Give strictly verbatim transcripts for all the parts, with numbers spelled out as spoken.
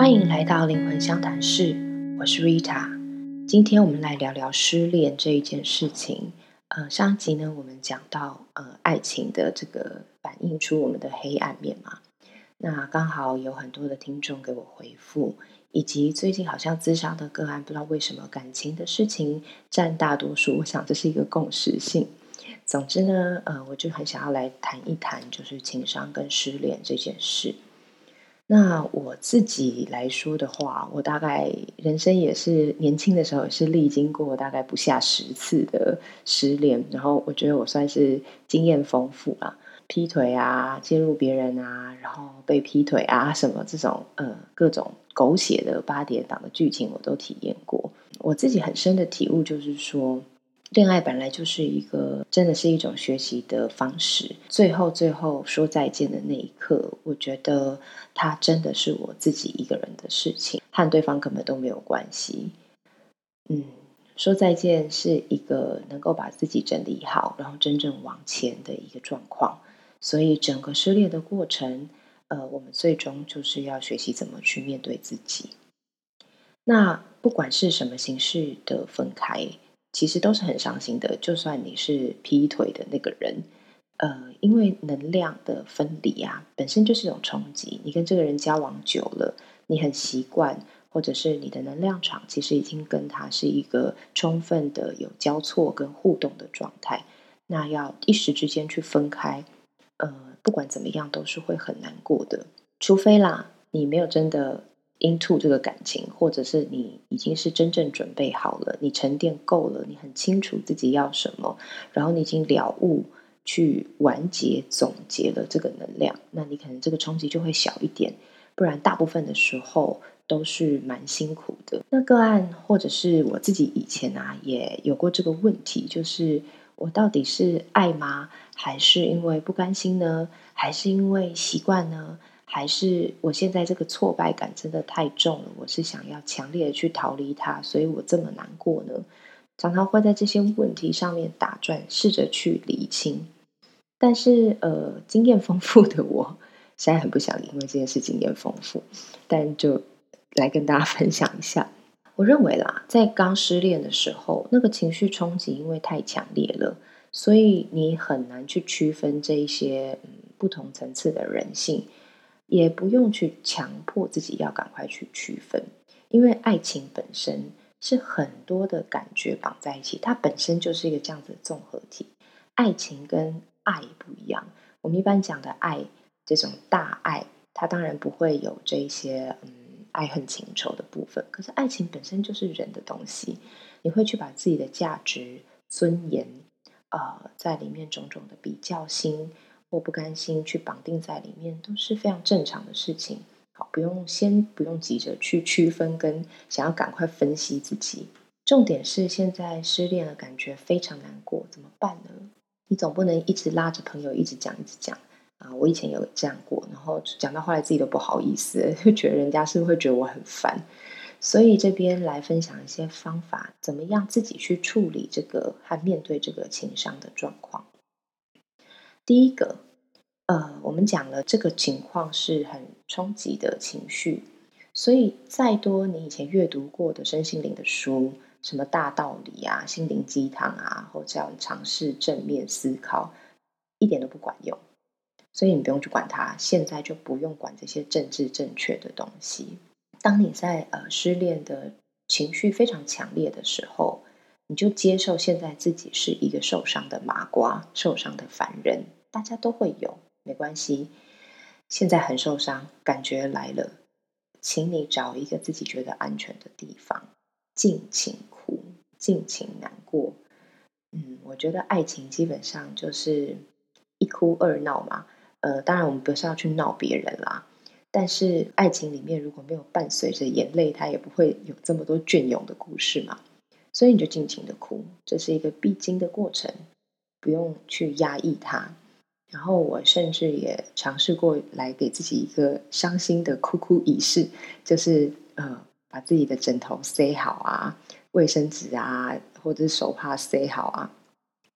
欢迎来到灵魂相谈室，我是 Rita。今天我们来聊聊失恋这一件事情。呃，上一集呢，我们讲到呃爱情的这个反映出我们的黑暗面嘛。那刚好有很多的听众给我回复，以及最近好像咨商的个案，不知道为什么感情的事情占大多数，我想这是一个共识性。总之呢，呃，我就很想要来谈一谈，就是情伤跟失恋这件事。那我自己来说的话，我大概人生也是年轻的时候也是历经过大概不下十次的失恋，然后我觉得我算是经验丰富啦，劈腿啊，介入别人啊，然后被劈腿啊，什么这种呃各种狗血的八点档的剧情我都体验过。我自己很深的体悟就是说，恋爱本来就是一个真的是一种学习的方式，最后最后说再见的那一刻，我觉得它真的是我自己一个人的事情，和对方根本都没有关系。嗯，说再见是一个能够把自己整理好，然后真正往前的一个状况。所以整个失恋的过程，呃，我们最终就是要学习怎么去面对自己。那不管是什么形式的分开，其实都是很伤心的。就算你是劈腿的那个人，呃，因为能量的分离啊，本身就是一种冲击。你跟这个人交往久了，你很习惯，或者是你的能量场其实已经跟他是一个充分的有交错跟互动的状态。那要一时之间去分开，呃，不管怎么样都是会很难过的。除非啦，你没有真的 into 这个感情，或者是你已经是真正准备好了，你沉淀够了，你很清楚自己要什么，然后你已经了悟去完结总结了这个能量，那你可能这个冲击就会小一点，不然大部分的时候都是蛮辛苦的。那个案或者是我自己以前啊也有过这个问题，就是我到底是爱吗？还是因为不甘心呢？还是因为习惯呢？还是我现在这个挫败感真的太重了，我是想要强烈的去逃离它，所以我这么难过呢？常常会在这些问题上面打转，试着去理清。但是呃，经验丰富的我，现在很不想因为这件事经验丰富，但就来跟大家分享一下。我认为啦，在刚失恋的时候，那个情绪冲击因为太强烈了，所以你很难去区分这一些嗯不同层次的人性，也不用去强迫自己要赶快去区分，因为爱情本身是很多的感觉绑在一起，它本身就是一个这样子的综合体。爱情跟爱不一样，我们一般讲的爱，这种大爱，它当然不会有这一些嗯爱恨情仇的部分。可是爱情本身就是人的东西，你会去把自己的价值、尊严，呃，在里面种种的比较心或不甘心去绑定在里面，都是非常正常的事情。好，不用先不用急着去区分跟想要赶快分析自己。重点是现在失恋了，感觉非常难过，怎么办呢？你总不能一直拉着朋友一直讲一直讲啊！我以前有这样过，然后讲到后来自己都不好意思，就觉得人家是不是会觉得我很烦？所以这边来分享一些方法，怎么样自己去处理这个和面对这个情商的状况。第一个，呃，我们讲了这个情况是很冲击的情绪，所以再多你以前阅读过的身心灵的书，什么大道理啊、心灵鸡汤啊，或者要尝试正面思考，一点都不管用。所以你不用去管它，现在就不用管这些政治正确的东西。当你在呃失恋的情绪非常强烈的时候，你就接受现在自己是一个受伤的麻瓜，受伤的凡人，大家都会有，没关系。现在很受伤，感觉来了，请你找一个自己觉得安全的地方，尽情哭，尽情难过。嗯，我觉得爱情基本上就是一哭二闹嘛。呃，当然我们不是要去闹别人啦，但是爱情里面如果没有伴随着眼泪，它也不会有这么多隽永的故事嘛。所以你就尽情的哭，这是一个必经的过程，不用去压抑它。然后我甚至也尝试过来给自己一个伤心的哭哭仪式，就是呃把自己的枕头塞好啊，卫生纸啊，或者是手帕塞好啊，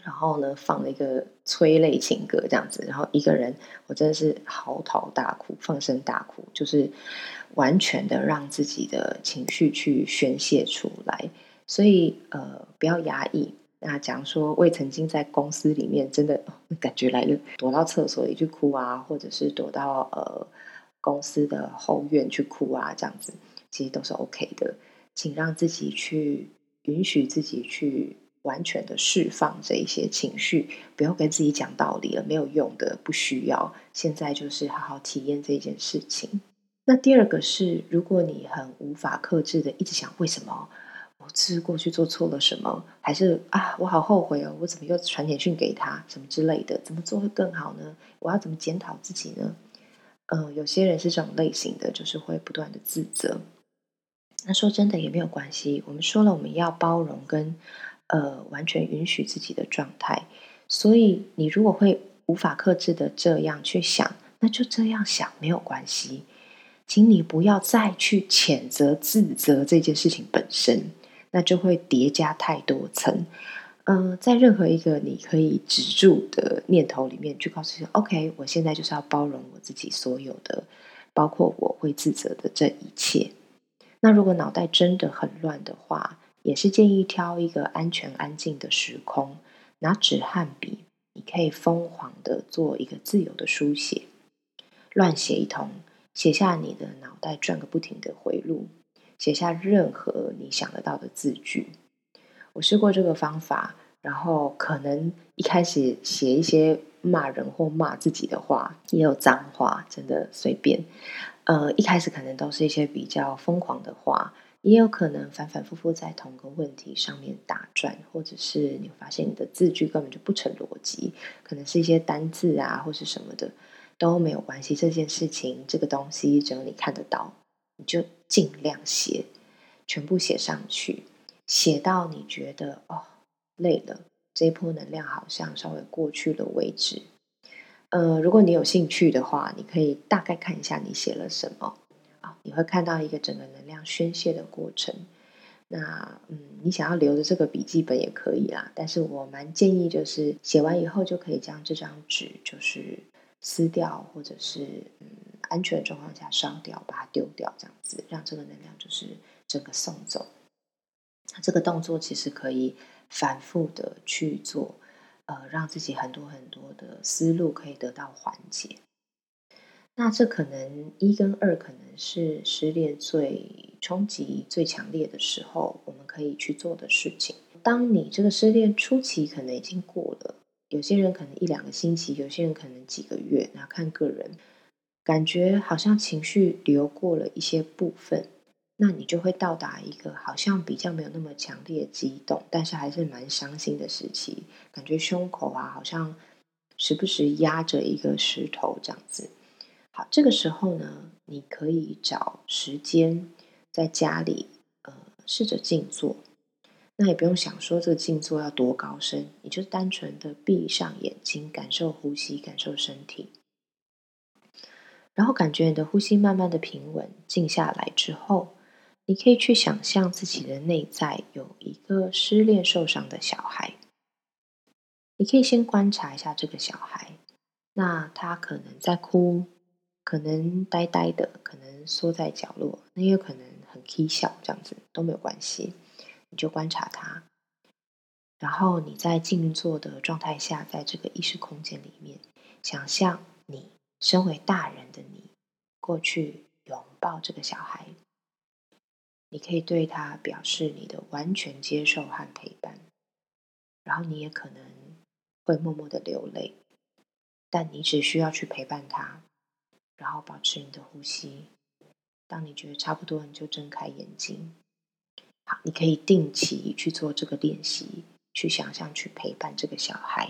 然后呢放了一个催泪情歌这样子，然后一个人我真的是嚎啕大哭，放声大哭，就是完全的让自己的情绪去宣泄出来。所以呃不要压抑。那假如说我也曾经在公司里面真的、哦、感觉来了，躲到厕所里去哭啊，或者是躲到呃公司的后院去哭啊，这样子其实都是 OK 的。请让自己去允许自己去完全的释放这一些情绪，不要跟自己讲道理了，没有用的，不需要。现在就是好好体验这件事情。那第二个是，如果你很无法克制的一直想为什么我是过去做错了什么，还是啊我好后悔哦，我怎么又传简讯给他什么之类的，怎么做会更好呢？我要怎么检讨自己呢？呃，有些人是这种类型的，就是会不断的自责。那说真的也没有关系，我们说了我们要包容跟呃完全允许自己的状态，所以你如果会无法克制的这样去想，那就这样想没有关系，请你不要再去谴责自责这件事情本身，那就会叠加太多层。嗯、呃，在任何一个你可以止住的念头里面，去告诉自己 OK， 我现在就是要包容我自己所有的，包括我会自责的这一切。那如果脑袋真的很乱的话，也是建议挑一个安全安静的时空，拿纸和笔，你可以疯狂的做一个自由的书写，乱写一通，写下你的脑袋转个不停的回路，写下任何你想得到的字句。我试过这个方法，然后可能一开始写一些骂人或骂自己的话，也有脏话，真的随便。呃，一开始可能都是一些比较疯狂的话，也有可能反反复复在同个问题上面打转，或者是你发现你的字句根本就不成逻辑，可能是一些单字啊或是什么的，都没有关系。这件事情这个东西只有你看得到，你就尽量写，全部写上去，写到你觉得哦累了，这一波能量好像稍微过去了为止。呃，如果你有兴趣的话，你可以大概看一下你写了什么啊，你会看到一个整个能量宣泄的过程。那嗯，你想要留的这个笔记本也可以啦，但是我蛮建议就是写完以后就可以将这张纸就是撕掉，或者是嗯安全的状况下烧掉，把它丢掉，这样子让这个能量就是整个送走。这个动作其实可以反复的去做，呃，让自己很多很多的思路可以得到缓解。那这可能一跟二可能是失恋最冲击、最强烈的时候，我们可以去做的事情。当你这个失恋初期可能已经过了，有些人可能一两个星期，有些人可能几个月，那看个人。感觉好像情绪流过了一些部分，那你就会到达一个好像比较没有那么强烈激动，但是还是蛮伤心的时期。感觉胸口啊，好像时不时压着一个石头这样子。好，这个时候呢，你可以找时间在家里，呃，试着静坐。那也不用想说这个静坐要多高深，你就单纯的闭上眼睛，感受呼吸，感受身体。然后感觉你的呼吸慢慢的平稳，静下来之后，你可以去想象自己的内在有一个失恋受伤的小孩。你可以先观察一下这个小孩，那他可能在哭，可能呆呆的，可能缩在角落，那也有可能很 k 笑，这样子都没有关系。你就观察他，然后你在静坐的状态下，在这个意识空间里面，想象你身为大人的你，过去拥抱这个小孩，你可以对他表示你的完全接受和陪伴，然后你也可能会默默的流泪，但你只需要去陪伴他，然后保持你的呼吸。当你觉得差不多，你就睁开眼睛。好，你可以定期去做这个练习，去想象去陪伴这个小孩。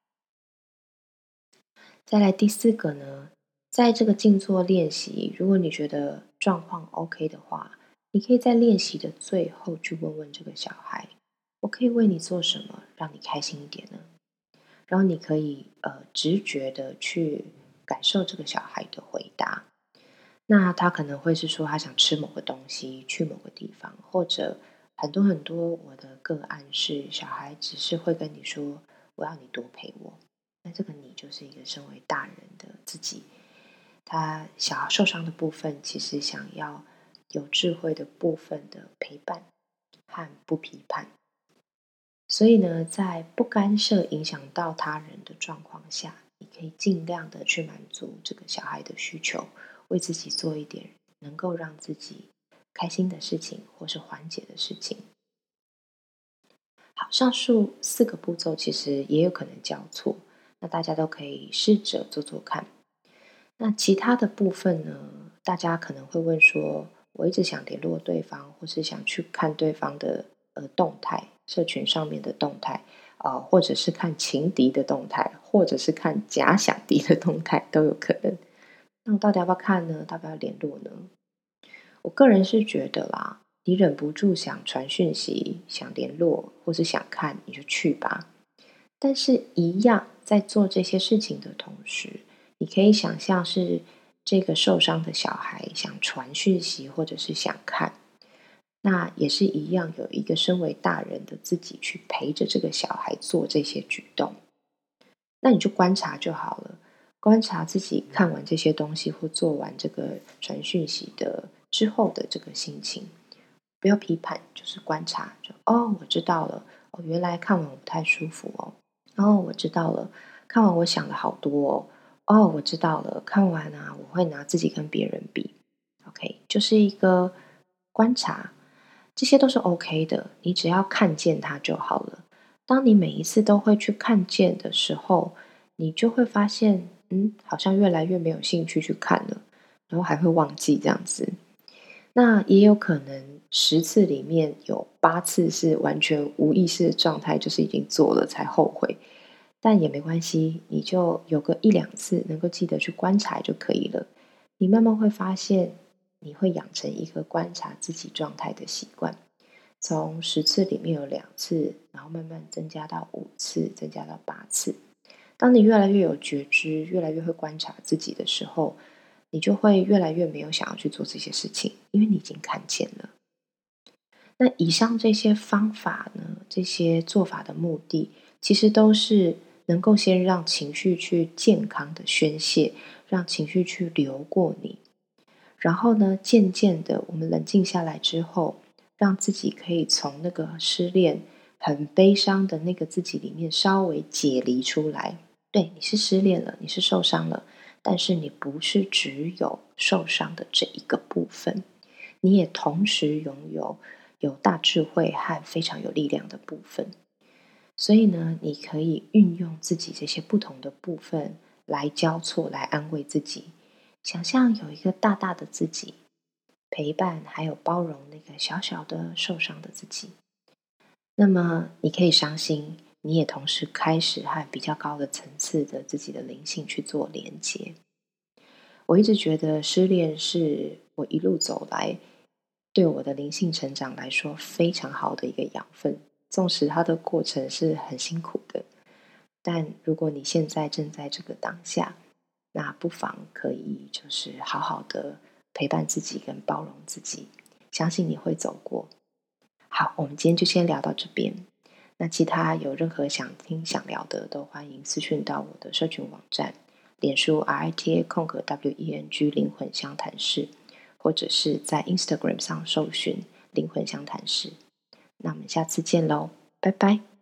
再来第四个呢，在这个静坐练习，如果你觉得状况 OK 的话，你可以在练习的最后去问问这个小孩：我可以为你做什么，让你开心一点呢？然后你可以呃直觉的去感受这个小孩的回答。那他可能会是说他想吃某个东西，去某个地方，或者很多很多我的个案是小孩只是会跟你说我要你多陪我。那这个你就是一个身为大人的自己，他想要受伤的部分，其实想要有智慧的部分的陪伴和不批判。所以呢，在不干涉影响到他人的状况下，你可以尽量的去满足这个小孩的需求，为自己做一点能够让自己开心的事情，或是缓解的事情。好，上述四个步骤其实也有可能交错，那大家都可以试着做做看。那其他的部分呢，大家可能会问说，我一直想联络对方，或是想去看对方的呃动态，社群上面的动态，呃，或者是看情敌的动态，或者是看假想敌的动态，都有可能。那我到底要不要看呢？要不要联络呢？我个人是觉得啦，你忍不住想传讯息、想联络，或是想看，你就去吧。但是，一样在做这些事情的同时，你可以想象是这个受伤的小孩想传讯息，或者是想看，那也是一样有一个身为大人的自己去陪着这个小孩做这些举动。那你就观察就好了，观察自己看完这些东西或做完这个传讯息的之后的这个心情，不要批判，就是观察，就哦，我知道了，哦，原来看完我不太舒服哦，哦，我知道了，看完我想了好多哦，哦，我知道了，看完啊，我会拿自己跟别人比，OK，就是一个观察，这些都是 OK 的，你只要看见它就好了。当你每一次都会去看见的时候，你就会发现，嗯，好像越来越没有兴趣去看了，然后还会忘记这样子。那也有可能十次里面有八次是完全无意识的状态，就是已经做了才后悔。但也没关系，你就有个一两次能够记得去观察就可以了。你慢慢会发现，你会养成一个观察自己状态的习惯。从十次里面有两次，然后慢慢增加到五次，增加到八次。当你越来越有觉知，越来越会观察自己的时候，你就会越来越没有想要去做这些事情，因为你已经看见了。那以上这些方法呢，这些做法的目的，其实都是能够先让情绪去健康的宣泄，让情绪去流过你。然后呢，渐渐的，我们冷静下来之后，让自己可以从那个失恋很悲伤的那个自己里面稍微解离出来。对，你是失恋了，你是受伤了，但是你不是只有受伤的这一个部分，你也同时拥有有大智慧和非常有力量的部分。所以呢，你可以运用自己这些不同的部分来交错，来安慰自己。想象有一个大大的自己，陪伴还有包容那个小小的受伤的自己。那么你可以伤心，你也同时开始和比较高的层次的自己的灵性去做连接。我一直觉得失恋是我一路走来对我的灵性成长来说非常好的一个养分，纵使它的过程是很辛苦的，但如果你现在正在这个当下，那不妨可以就是好好的陪伴自己跟包容自己，相信你会走过。好，我们今天就先聊到这边。那其他有任何想听想聊的，都欢迎私讯到我的社群网站，脸书 R I T A 空格 W E N G 灵魂相谈室，或者是在 Instagram 上搜寻灵魂相谈室。那我们下次见喽，拜拜。